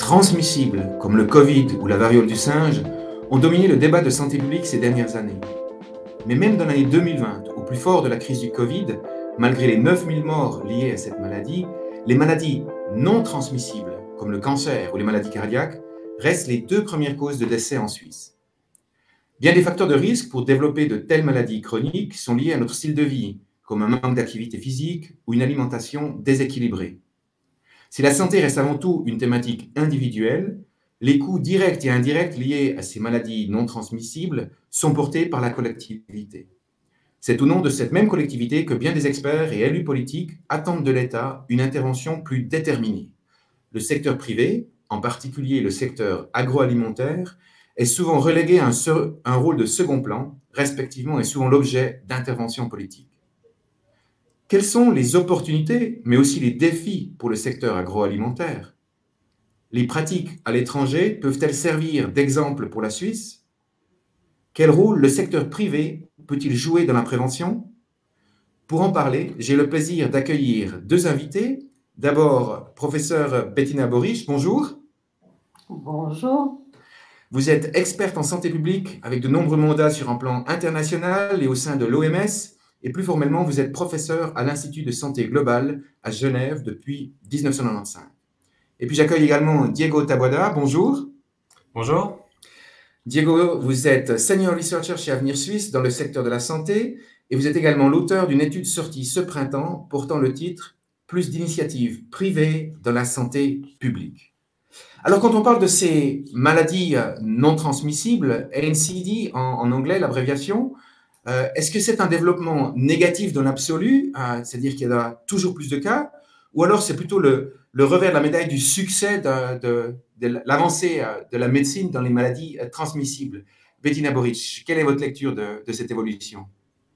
transmissibles, comme le Covid ou la variole du singe, ont dominé le débat de santé publique ces dernières années. Mais même dans l'année 2020, au plus fort de la crise du Covid, malgré les 9000 morts liées à cette maladie, les maladies non transmissibles, comme le cancer ou les maladies cardiaques, restent les 2 premières causes de décès en Suisse. Bien des facteurs de risque pour développer de telles maladies chroniques sont liés à notre style de vie, comme un manque d'activité physique ou une alimentation déséquilibrée. Si la santé reste avant tout une thématique individuelle, les coûts directs et indirects liés à ces maladies non transmissibles sont portés par la collectivité. C'est au nom de cette même collectivité que bien des experts et élus politiques attendent de l'État une intervention plus déterminée. Le secteur privé, en particulier le secteur agroalimentaire, est souvent relégué à un rôle de second plan, respectivement et souvent l'objet d'interventions politiques. Quelles sont les opportunités, mais aussi les défis pour le secteur agroalimentaire? Les pratiques à l'étranger peuvent-elles servir d'exemple pour la Suisse? Quel rôle le secteur privé peut-il jouer dans la prévention? Pour en parler, j'ai le plaisir d'accueillir 2 invités. D'abord, professeur Bettina Borisch, bonjour. Bonjour. Vous êtes experte en santé publique avec de nombreux mandats sur un plan international et au sein de l'OMS. Et plus formellement, vous êtes professeur à l'Institut de santé globale à Genève depuis 1995. Et puis j'accueille également Diego Taboada. Bonjour. Bonjour. Diego, vous êtes senior researcher chez Avenir Suisse dans le secteur de la santé et vous êtes également l'auteur d'une étude sortie ce printemps portant le titre « Plus d'initiatives privées dans la santé publique ». Alors quand on parle de ces maladies non transmissibles, NCD en anglais, l'abréviation, est-ce que c'est un développement négatif dans l'absolu, c'est-à-dire qu'il y a toujours plus de cas, ou alors c'est plutôt le revers de la médaille du succès de l'avancée de la médecine dans les maladies transmissibles? Bettina Borisch, quelle est votre lecture de cette évolution?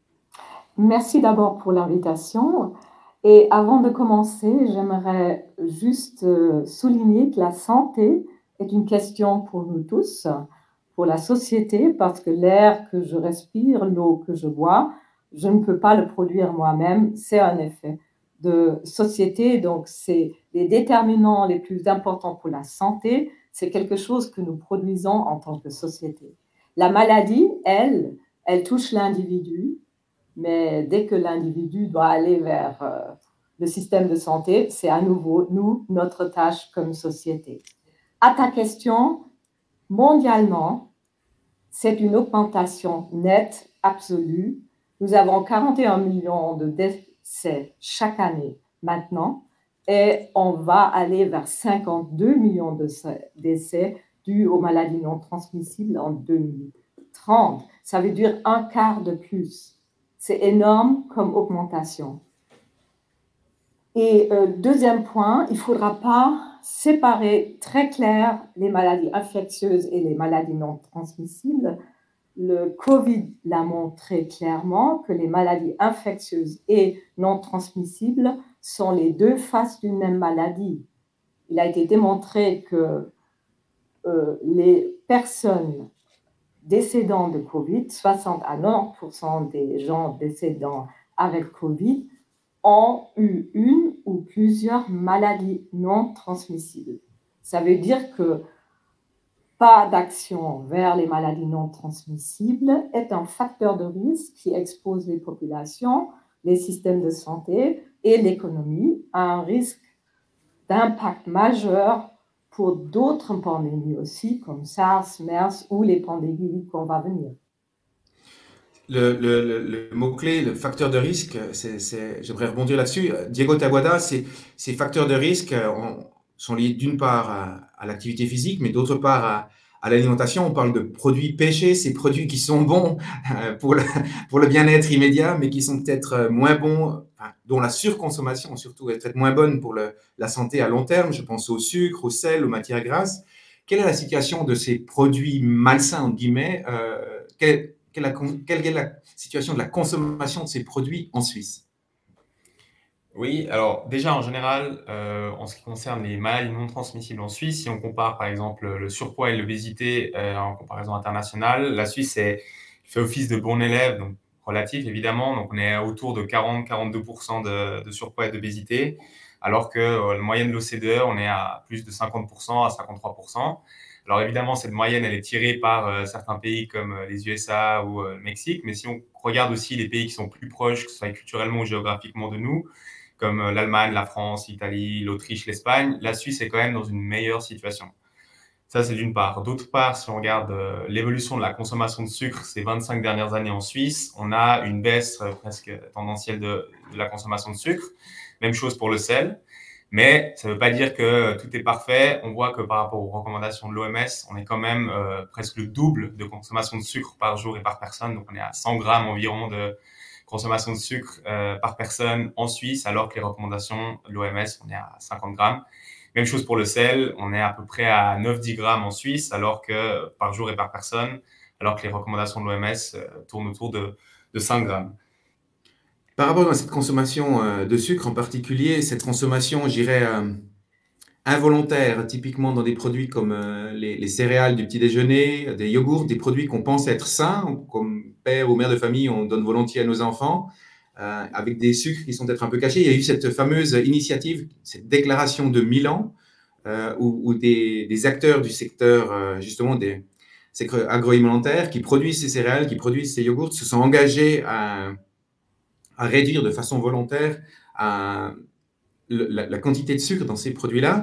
Merci d'abord pour l'invitation. Et avant de commencer, j'aimerais juste souligner que la santé est une question pour nous tous, pour la société, parce que l'air que je respire, l'eau que je bois, je ne peux pas le produire moi-même. C'est un effet de société, donc c'est les déterminants les plus importants pour la santé. C'est quelque chose que nous produisons en tant que société. La maladie, elle touche l'individu, mais dès que l'individu doit aller vers le système de santé, c'est à nouveau nous, notre tâche comme société. À ta question, mondialement, c'est une augmentation nette, absolue. Nous avons 41 millions de décès chaque année maintenant et on va aller vers 52 millions de décès dus aux maladies non transmissibles en 2030. Ça veut dire un quart de plus. C'est énorme comme augmentation. Et deuxième point, il ne faudra pas séparer très clair les maladies infectieuses et les maladies non transmissibles. Le Covid l'a montré clairement que les maladies infectieuses et non transmissibles sont les 2 faces d'une même maladie. Il a été démontré que les personnes décédant de Covid, 60 à 90% des gens décédant avec Covid ont eu une ou plusieurs maladies non transmissibles. Ça veut dire que pas d'action vers les maladies non transmissibles est un facteur de risque qui expose les populations, les systèmes de santé et l'économie à un risque d'impact majeur pour d'autres pandémies aussi, comme SARS, MERS ou les pandémies qu'on va venir. Le mot-clé, le facteur de risque, j'aimerais rebondir là-dessus. Diego Taboada, ces facteurs de risque sont liés d'une part à l'activité physique, mais d'autre part à l'alimentation. On parle de produits pêchés, ces produits qui sont bons pour le bien-être immédiat, mais qui sont peut-être moins bons, dont la surconsommation surtout est peut-être moins bonne pour la santé à long terme. Je pense au sucre, au sel, aux matières grasses. Quelle est la situation de ces produits malsains, entre guillemets, quelle est la situation de la consommation de ces produits en Suisse? Oui, alors déjà en général, en ce qui concerne les maladies non transmissibles en Suisse, si on compare par exemple le surpoids et l'obésité en comparaison internationale, la Suisse fait office de bon élève, donc relatif évidemment, donc on est autour de 40-42% de surpoids et d'obésité. alors que la moyenne de l'OCDE, on est à plus de 50%, à 53%. Alors évidemment, cette moyenne, elle est tirée par certains pays comme les USA ou le Mexique, mais si on regarde aussi les pays qui sont plus proches, que ce soit culturellement ou géographiquement de nous, comme l'Allemagne, la France, l'Italie, l'Autriche, l'Espagne, la Suisse est quand même dans une meilleure situation. Ça, c'est d'une part. D'autre part, si on regarde l'évolution de la consommation de sucre ces 25 dernières années en Suisse, on a une baisse presque tendancielle de la consommation de sucre. Même chose pour le sel. Mais ça ne veut pas dire que tout est parfait. On voit que par rapport aux recommandations de l'OMS, on est quand même presque le double de consommation de sucre par jour et par personne. Donc, on est à 100 grammes environ de consommation de sucre par personne en Suisse, alors que les recommandations de l'OMS, on est à 50 grammes. Même chose pour le sel, on est à peu près à 9-10 grammes en Suisse, alors que par jour et par personne, alors que les recommandations de l'OMS tournent autour de 5 grammes. Par rapport à cette consommation de sucre en particulier, cette consommation, je dirais, involontaire, typiquement dans des produits comme les céréales du petit déjeuner, des yogourts, des produits qu'on pense être sains, comme père ou mère de famille, on donne volontiers à nos enfants, avec des sucres qui sont peut-être un peu cachés. Il y a eu cette fameuse initiative, cette déclaration de Milan, où des acteurs du secteur, justement des secteurs agroalimentaires, qui produisent ces céréales, qui produisent ces yogourts, se sont engagés à réduire de façon volontaire la quantité de sucre dans ces produits-là.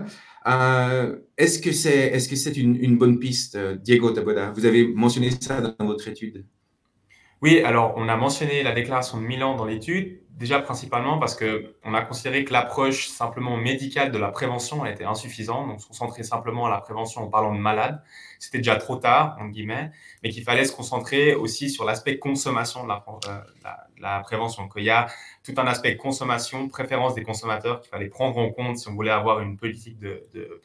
Est-ce que c'est une bonne piste, Diego Taboada? Vous avez mentionné ça dans votre étude. Oui, alors on a mentionné la déclaration de Milan dans l'étude, déjà principalement parce qu'on a considéré que l'approche simplement médicale de la prévention était insuffisante, donc se concentrer simplement à la prévention en parlant de malades, c'était déjà trop tard, entre guillemets, mais qu'il fallait se concentrer aussi sur l'aspect consommation de la prévention, qu'il y a tout un aspect consommation, préférence des consommateurs qu'il fallait prendre en compte si on voulait avoir une politique de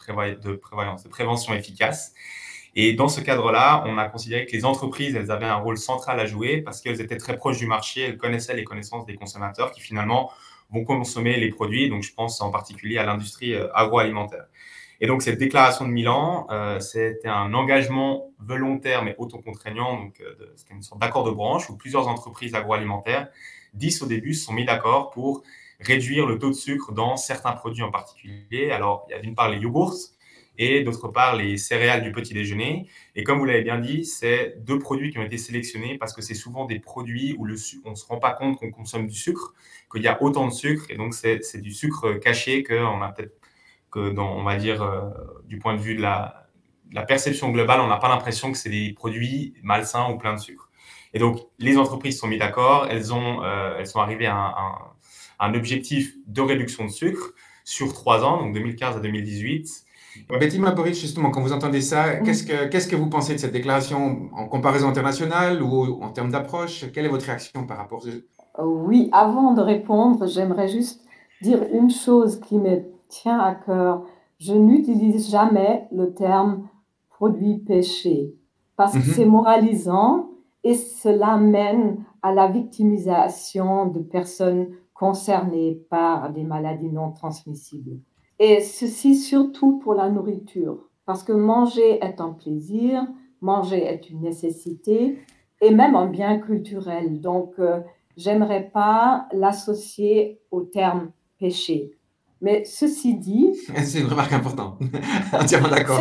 prévention efficace. Et dans ce cadre-là, on a considéré que les entreprises, elles avaient un rôle central à jouer parce qu'elles étaient très proches du marché, elles connaissaient les connaissances des consommateurs qui finalement vont consommer les produits. Donc, je pense en particulier à l'industrie agroalimentaire. Et donc, cette déclaration de Milan, c'était un engagement volontaire mais autocontraignant. Donc, c'était une sorte d'accord de branche où plusieurs entreprises agroalimentaires, 10 au début, se sont mis d'accord pour réduire le taux de sucre dans certains produits en particulier. Alors, il y a d'une part les yogourts, et d'autre part les céréales du petit déjeuner. Et comme vous l'avez bien dit, c'est deux produits qui ont été sélectionnés parce que c'est souvent des produits où on ne se rend pas compte qu'on consomme du sucre, qu'il y a autant de sucre, et donc c'est du sucre caché qu'on a peut-être, on va dire, du point de vue de la perception globale, on n'a pas l'impression que c'est des produits malsains ou pleins de sucre. Et donc, les entreprises sont mises d'accord, elles sont arrivées à un objectif de réduction de sucre sur 3 ans, donc 2015 à 2018. Betty Maporitz, justement, quand vous entendez ça, qu'est-ce que vous pensez de cette déclaration en comparaison internationale ou en termes d'approche? Quelle est votre réaction par rapport à ça? Oui, avant de répondre, j'aimerais juste dire une chose qui me tient à cœur. Je n'utilise jamais le terme produit péché parce que c'est moralisant et cela mène à la victimisation de personnes concernées par des maladies non transmissibles. Et ceci surtout pour la nourriture, parce que manger est un plaisir, manger est une nécessité et même un bien culturel. Donc, j'aimerais pas l'associer au terme péché. Mais ceci dit... C'est une remarque importante. Entièrement d'accord.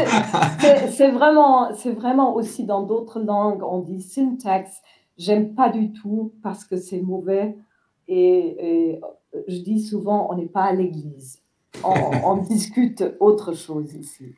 C'est vraiment aussi dans d'autres langues, on dit syntaxe. J'aime pas du tout parce que c'est mauvais. Et je dis souvent, on n'est pas à l'église. On discute autre chose ici.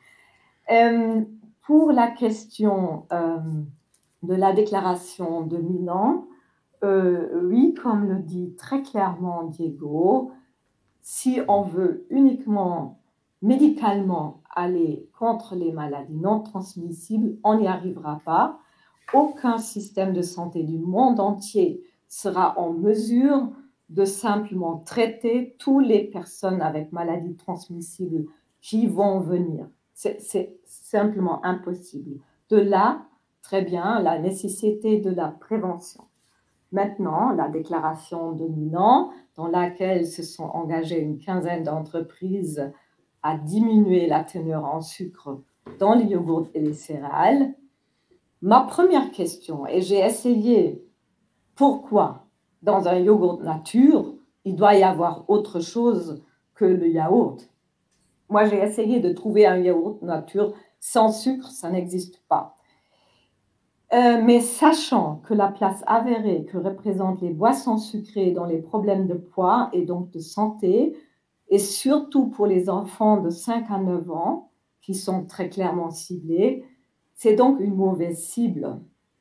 Pour la question de la déclaration de Milan, oui, comme le dit très clairement Diego, si on veut uniquement médicalement aller contre les maladies non transmissibles, on n'y arrivera pas. Aucun système de santé du monde entier sera en mesure de simplement traiter toutes les personnes avec maladies transmissibles qui vont venir. C'est simplement impossible. De là, très bien, la nécessité de la prévention. Maintenant, la déclaration de Milan, dans laquelle se sont engagées une quinzaine d'entreprises à diminuer la teneur en sucre dans les yogourts et les céréales. Ma première question, et j'ai essayé, pourquoi dans un yogourt nature, il doit y avoir autre chose que le yaourt. Moi, j'ai essayé de trouver un yaourt nature sans sucre, ça n'existe pas. Mais sachant que la place avérée que représentent les boissons sucrées dans les problèmes de poids et donc de santé, et surtout pour les enfants de 5 à 9 ans, qui sont très clairement ciblés, c'est donc une mauvaise cible.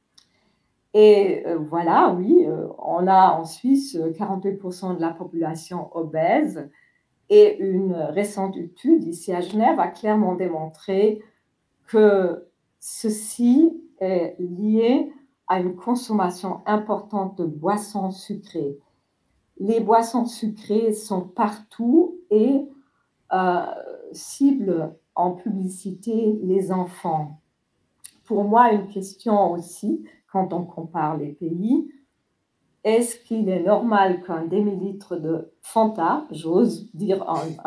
Et voilà, oui, on a en Suisse 48% de la population obèse, et une récente étude ici à Genève a clairement démontré que ceci est lié à une consommation importante de boissons sucrées. Les boissons sucrées sont partout et ciblent en publicité les enfants. Pour moi, une question aussi, quand on compare les pays, est-ce qu'il est normal qu'un demi-litre de Fanta, j'ose dire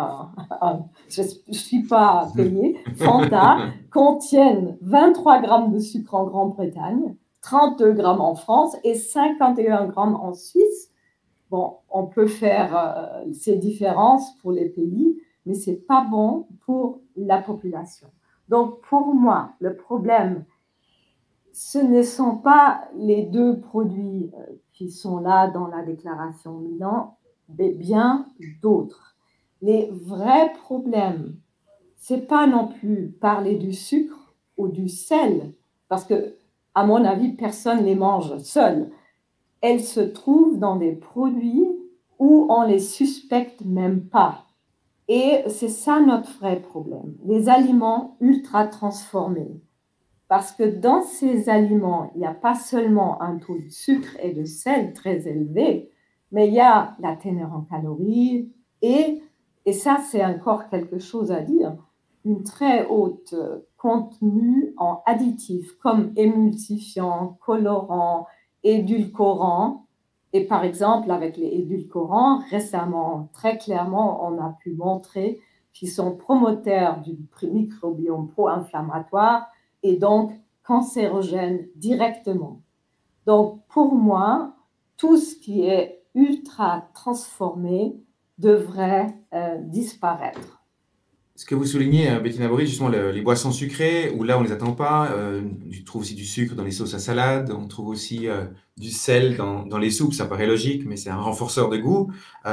je ne suis pas payée, Fanta, contienne 23 grammes de sucre en Grande-Bretagne, 32 grammes en France et 51 grammes en Suisse? Bon, on peut faire ces différences pour les pays, mais ce n'est pas bon pour la population. Donc, pour moi, le problème, ce ne sont pas les deux produits qui sont là dans la déclaration Milan, mais bien d'autres. Les vrais problèmes, ce n'est pas non plus parler du sucre ou du sel, parce que, à mon avis, personne ne les mange seuls. Elles se trouvent dans des produits où on les suspecte même pas. Et c'est ça notre vrai problème, les aliments ultra transformés. Parce que dans ces aliments, il n'y a pas seulement un taux de sucre et de sel très élevé, mais il y a la teneur en calories et ça, c'est encore quelque chose à dire, une très haute contenu en additifs comme émulsifiants, colorants, édulcorants. Et par exemple, avec les édulcorants, récemment, très clairement, on a pu montrer qu'ils sont promoteurs du microbiome pro-inflammatoire et donc cancérogène directement. Donc, pour moi, tout ce qui est ultra transformé devrait disparaître. Ce que vous soulignez, Bettina Boris, justement, les boissons sucrées, où là, on ne les attend pas. On trouve aussi du sucre dans les sauces à salade. On trouve aussi du sel dans les soupes. Ça paraît logique, mais c'est un renforceur de goût.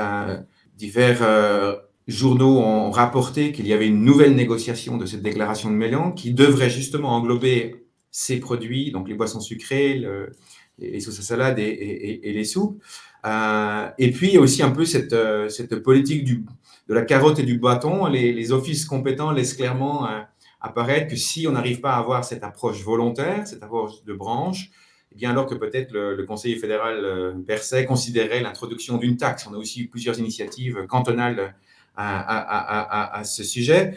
Divers journaux ont rapporté qu'il y avait une nouvelle négociation de cette déclaration de Milan qui devrait justement englober ces produits, donc les boissons sucrées, les sauces à salade et les soupes. Et puis, il y a aussi un peu cette politique de la carotte et du bâton. Les offices compétents laissent clairement apparaître que si on n'arrive pas à avoir cette approche volontaire, cette approche de branche, eh bien alors que peut-être le conseiller fédéral Berset considérait l'introduction d'une taxe. On a aussi eu plusieurs initiatives cantonales à ce sujet.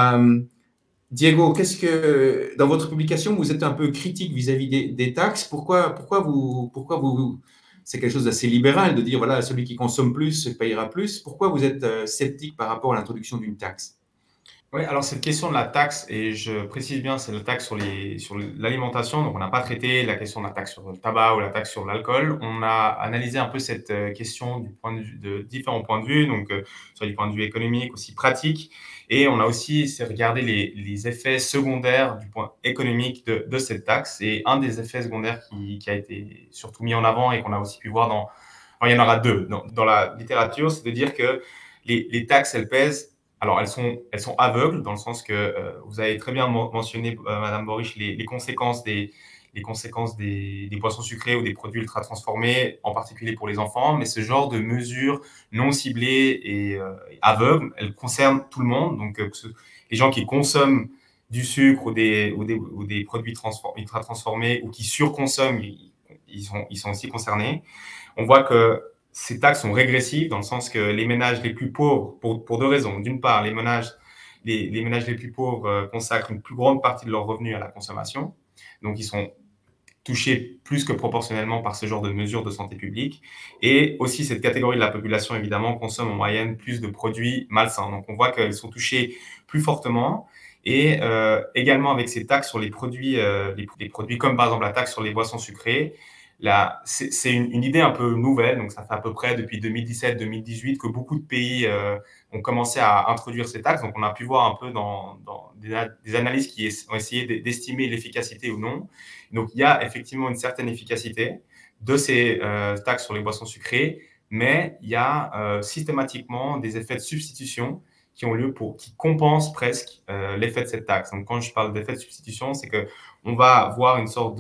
Diego, qu'est-ce que dans votre publication vous êtes un peu critique vis-à-vis des taxes? Pourquoi vous c'est quelque chose d'assez libéral de dire voilà celui qui consomme plus payera plus. Pourquoi vous êtes sceptique par rapport à l'introduction d'une taxe? Oui, alors cette question de la taxe, et je précise bien, c'est la taxe sur l'alimentation. Donc, on n'a pas traité la question de la taxe sur le tabac ou la taxe sur l'alcool. On a analysé un peu cette question du point de vue de différents points de vue, donc sur du point de vue économique, aussi pratique. Et on a aussi regardé les effets secondaires du point économique de cette taxe. Et un des effets secondaires qui a été surtout mis en avant et qu'on a aussi pu voir alors, il y en aura deux dans la littérature, c'est de dire que les taxes, elles pèsent. Alors, elles sont aveugles dans le sens que vous avez très bien mentionné, Madame Borish, les conséquences des boissons sucrées ou des produits ultra transformés, en particulier pour les enfants. Mais ce genre de mesures non ciblées et aveugles, elles concernent tout le monde. Donc, les gens qui consomment du sucre ou des produits ultra transformés ou qui surconsomment, ils sont aussi concernés. On voit que ces taxes sont régressives dans le sens que les ménages les plus pauvres, pour deux raisons. D'une part, les ménages les plus pauvres consacrent une plus grande partie de leurs revenus à la consommation. Donc, ils sont touchés plus que proportionnellement par ce genre de mesures de santé publique. Et aussi, cette catégorie de la population, évidemment, consomme en moyenne plus de produits malsains. Donc, on voit qu'elles sont touchées plus fortement. Et également, avec ces taxes sur les produits comme par exemple la taxe sur les boissons sucrées, c'est une idée un peu nouvelle, donc ça fait à peu près depuis 2017-2018 que beaucoup de pays ont commencé à introduire ces taxes. Donc on a pu voir un peu dans des analyses qui ont essayé d'estimer l'efficacité ou non. Donc il y a effectivement une certaine efficacité de ces taxes sur les boissons sucrées, mais il y a systématiquement des effets de substitution qui ont lieu qui compensent presque l'effet de cette taxe. Donc quand je parle d'effet de substitution, c'est qu'on va voir une sorte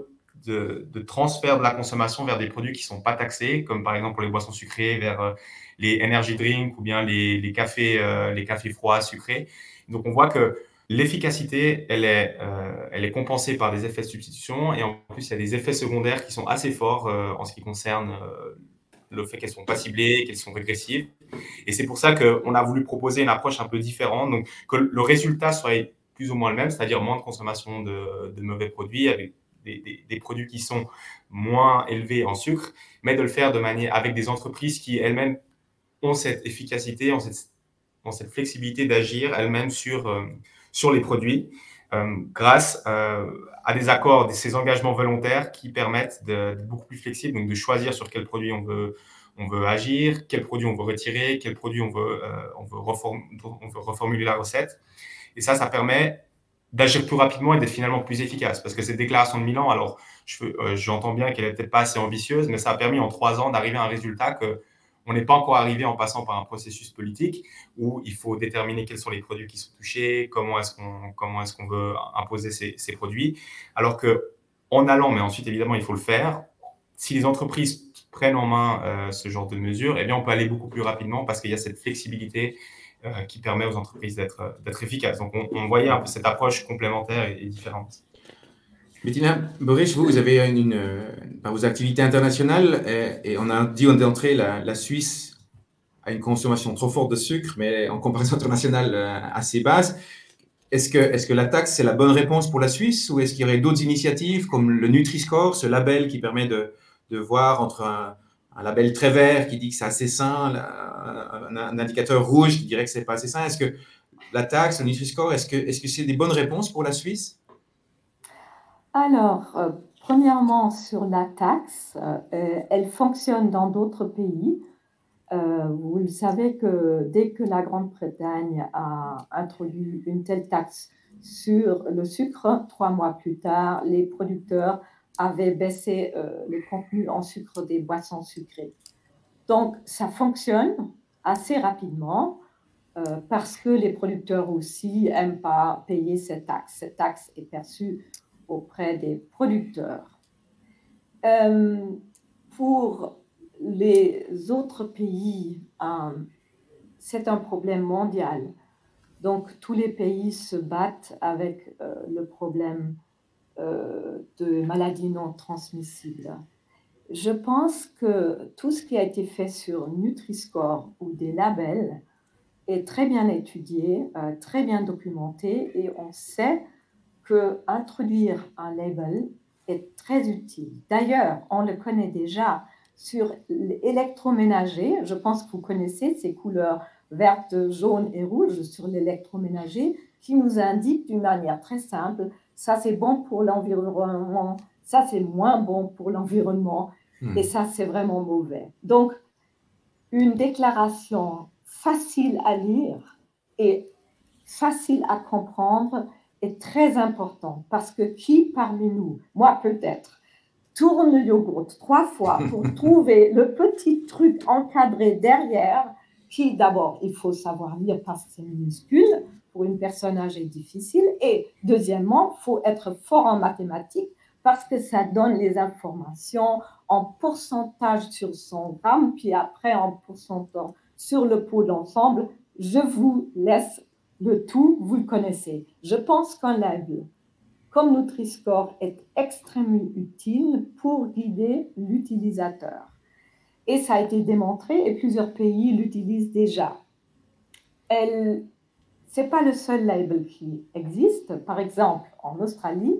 de transfert de la consommation vers des produits qui ne sont pas taxés, comme par exemple pour les boissons sucrées, vers les energy drinks ou bien les cafés froids sucrés. Donc on voit que l'efficacité, elle est compensée par des effets de substitution, et en plus il y a des effets secondaires qui sont assez forts en ce qui concerne le fait qu'elles ne sont pas ciblées, qu'elles sont régressives. Et c'est pour ça qu'on a voulu proposer une approche un peu différente, donc que le résultat soit plus ou moins le même, c'est-à-dire moins de consommation de mauvais produits, avec des produits qui sont moins élevés en sucre, mais de le faire avec des entreprises qui elles-mêmes ont cette efficacité, ont cette flexibilité d'agir elles-mêmes sur les produits, grâce à des accords, ces engagements volontaires qui permettent d'être beaucoup plus flexibles, donc de choisir sur quel produit on veut agir, quel produit on veut retirer, quel produit on veut reformuler la recette. Et ça permet d'agir plus rapidement et d'être finalement plus efficace. Parce que cette déclaration de Milan, alors j'entends bien qu'elle n'est peut-être pas assez ambitieuse, mais ça a permis en 3 ans d'arriver à un résultat qu'on n'est pas encore arrivé en passant par un processus politique où il faut déterminer quels sont les produits qui sont touchés, comment est-ce qu'on veut imposer ces produits. Alors qu'en allant, mais ensuite évidemment il faut le faire, si les entreprises prennent en main ce genre de mesures, eh bien on peut aller beaucoup plus rapidement parce qu'il y a cette flexibilité qui permet aux entreprises d'être efficaces. Donc, on voyait un peu cette approche complémentaire et différente. Bettina Borish, vous avez par vos activités internationales, et on a dit d'entrée, la Suisse a une consommation trop forte de sucre, mais en comparaison internationale assez basse. Est-ce que la taxe, c'est la bonne réponse pour la Suisse, ou est-ce qu'il y aurait d'autres initiatives comme le Nutri-Score, ce label qui permet de voir entre un label très vert qui dit que c'est assez sain, un indicateur rouge qui dirait que c'est pas assez sain? Est-ce que la taxe, le Nutri-Score, est-ce que c'est des bonnes réponses pour la Suisse? Alors, premièrement, sur la taxe, elle fonctionne dans d'autres pays. Vous le savez que dès que la Grande-Bretagne a introduit une telle taxe sur le sucre, 3 mois plus tard, les producteurs avaient baissé le contenu en sucre des boissons sucrées. Donc, ça fonctionne assez rapidement parce que les producteurs aussi n'aiment pas payer cette taxe. Cette taxe est perçue auprès des producteurs. Pour les autres pays, c'est un problème mondial. Donc, tous les pays se battent avec le problème de maladies non transmissibles. Je pense que tout ce qui a été fait sur Nutri-Score ou des labels est très bien étudié, très bien documenté, et on sait qu'introduire un label est très utile. D'ailleurs, on le connaît déjà sur l'électroménager. Je pense que vous connaissez ces couleurs vertes, jaunes et rouges sur l'électroménager qui nous indiquent d'une manière très simple, ça c'est bon pour l'environnement, ça c'est moins bon pour l'environnement, et ça c'est vraiment mauvais. Donc, une déclaration facile à lire et facile à comprendre est très important, parce que qui parmi nous, moi peut-être, tourne le yogourt 3 fois pour trouver le petit truc encadré derrière, qui d'abord, il faut savoir lire parce que c'est minuscule, pour une personne âgée difficile, et deuxièmement, il faut être fort en mathématiques parce que ça donne les informations en pourcentage sur 100 grammes, puis après en pourcentage sur le pot d'ensemble. Je vous laisse le tout, vous le connaissez. Je pense qu'un label comme Nutri-Score est extrêmement utile pour guider l'utilisateur. Et ça a été démontré et plusieurs pays l'utilisent déjà. Ce n'est pas le seul label qui existe. Par exemple, en Australie,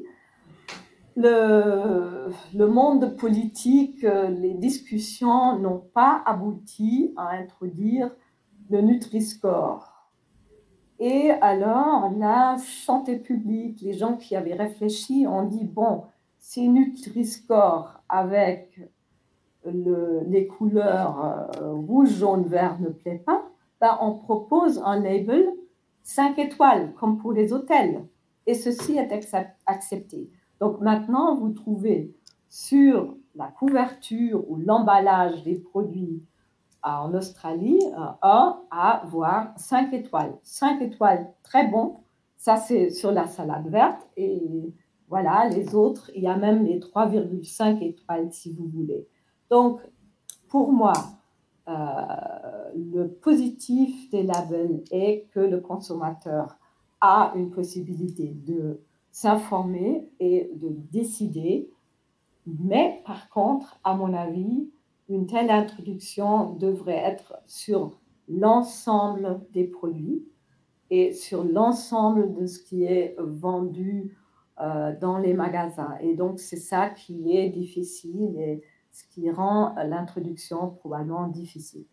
le monde politique, les discussions n'ont pas abouti à introduire le Nutri-Score. Et alors, la santé publique, les gens qui avaient réfléchi ont dit, bon, si Nutri-Score avec les couleurs rouge, jaune, vert ne plaît pas, ben on propose un label 5 étoiles, comme pour les hôtels. Et ceci est accepté. Donc maintenant, vous trouvez sur la couverture ou l'emballage des produits en Australie 1 à voire 5 étoiles. 5 étoiles, très bon. Ça, c'est sur la salade verte. Et voilà, les autres, il y a même les 3,5 étoiles si vous voulez. Donc, pour moi, le positif des labels est que le consommateur a une possibilité de s'informer et de décider. Mais par contre, à mon avis, une telle introduction devrait être sur l'ensemble des produits et sur l'ensemble de ce qui est vendu dans les magasins. Et donc, c'est ça qui est difficile et ce qui rend l'introduction probablement difficile.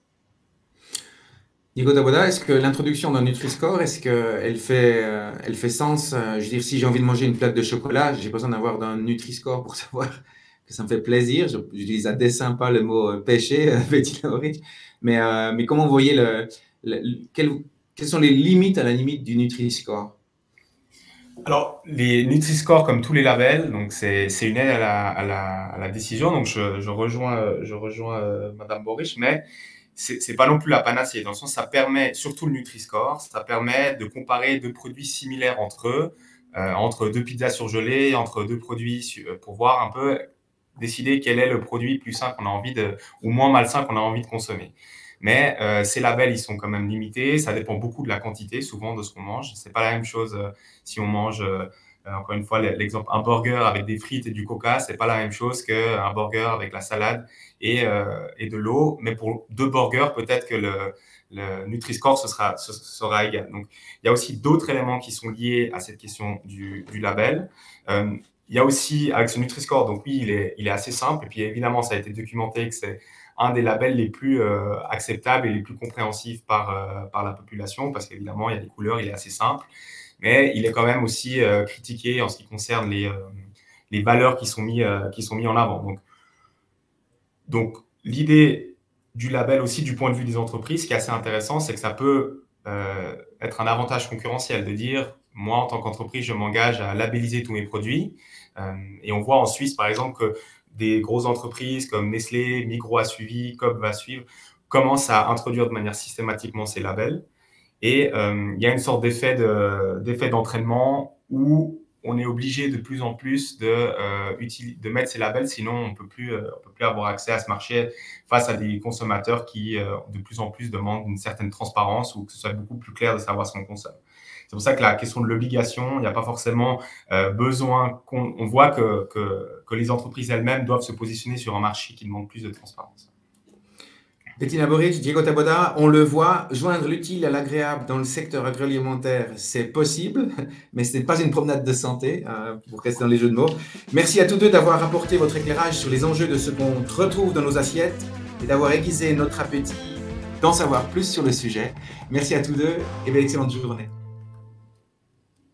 Diego Taboada, est-ce que l'introduction d'un Nutri-Score, est-ce qu'elle elle fait sens? Je veux dire, si j'ai envie de manger une plate de chocolat, j'ai besoin d'avoir un Nutri-Score pour savoir que ça me fait plaisir. J'utilise à dessein pas le mot péché, Bettina Orich. Mais comment vous voyez quelles sont les limites à la limite du Nutri-Score? Alors, les Nutri-Score, comme tous les labels, donc c'est une aide à la décision. Donc, je rejoins Madame Borish, mais c'est pas non plus la panacée. Dans le sens, ça permet, surtout le Nutri-Score, ça permet de comparer deux produits similaires entre eux, entre deux pizzas surgelées, entre deux produits, pour voir un peu, décider quel est le produit plus sain qu'on a envie ou moins malsain qu'on a envie de consommer. Mais ces labels, ils sont quand même limités. Ça dépend beaucoup de la quantité, souvent, de ce qu'on mange. C'est pas la même chose si on mange, encore une fois, l'exemple, un burger avec des frites et du coca, c'est pas la même chose qu'un burger avec la salade et de l'eau. Mais pour deux burgers, peut-être que le Nutri-Score sera égal. Donc, il y a aussi d'autres éléments qui sont liés à cette question du label. Il y a aussi, avec ce Nutri-Score, donc oui, il est assez simple. Et puis, évidemment, ça a été documenté que c'est un des labels les plus acceptables et les plus compréhensifs par la population, parce qu'évidemment, il y a des couleurs, il est assez simple, mais il est quand même aussi critiqué en ce qui concerne les valeurs qui sont mis en avant. Donc, l'idée du label aussi, du point de vue des entreprises, ce qui est assez intéressant, c'est que ça peut être un avantage concurrentiel, de dire, moi, en tant qu'entreprise, je m'engage à labelliser tous mes produits. Et on voit en Suisse, par exemple, que des grosses entreprises comme Nestlé, Migros a suivi, Coop va suivre, commencent à introduire de manière systématiquement ces labels. Et il y a une sorte d'effet d'entraînement où on est obligé de plus en plus de mettre ces labels, sinon on peut plus avoir accès à ce marché face à des consommateurs qui de plus en plus demandent une certaine transparence ou que ce soit beaucoup plus clair de savoir ce qu'on consomme. C'est pour ça que la question de l'obligation, il n'y a pas forcément besoin on voit que les entreprises elles-mêmes doivent se positionner sur un marché qui demande plus de transparence. Bettina Borish, Diego Taboada, on le voit, joindre l'utile à l'agréable dans le secteur agroalimentaire, c'est possible, mais ce n'est pas une promenade de santé, pour rester dans les jeux de mots. Merci à tous deux d'avoir apporté votre éclairage sur les enjeux de ce qu'on retrouve dans nos assiettes et d'avoir aiguisé notre appétit d'en savoir plus sur le sujet. Merci à tous deux et belle excellente journée.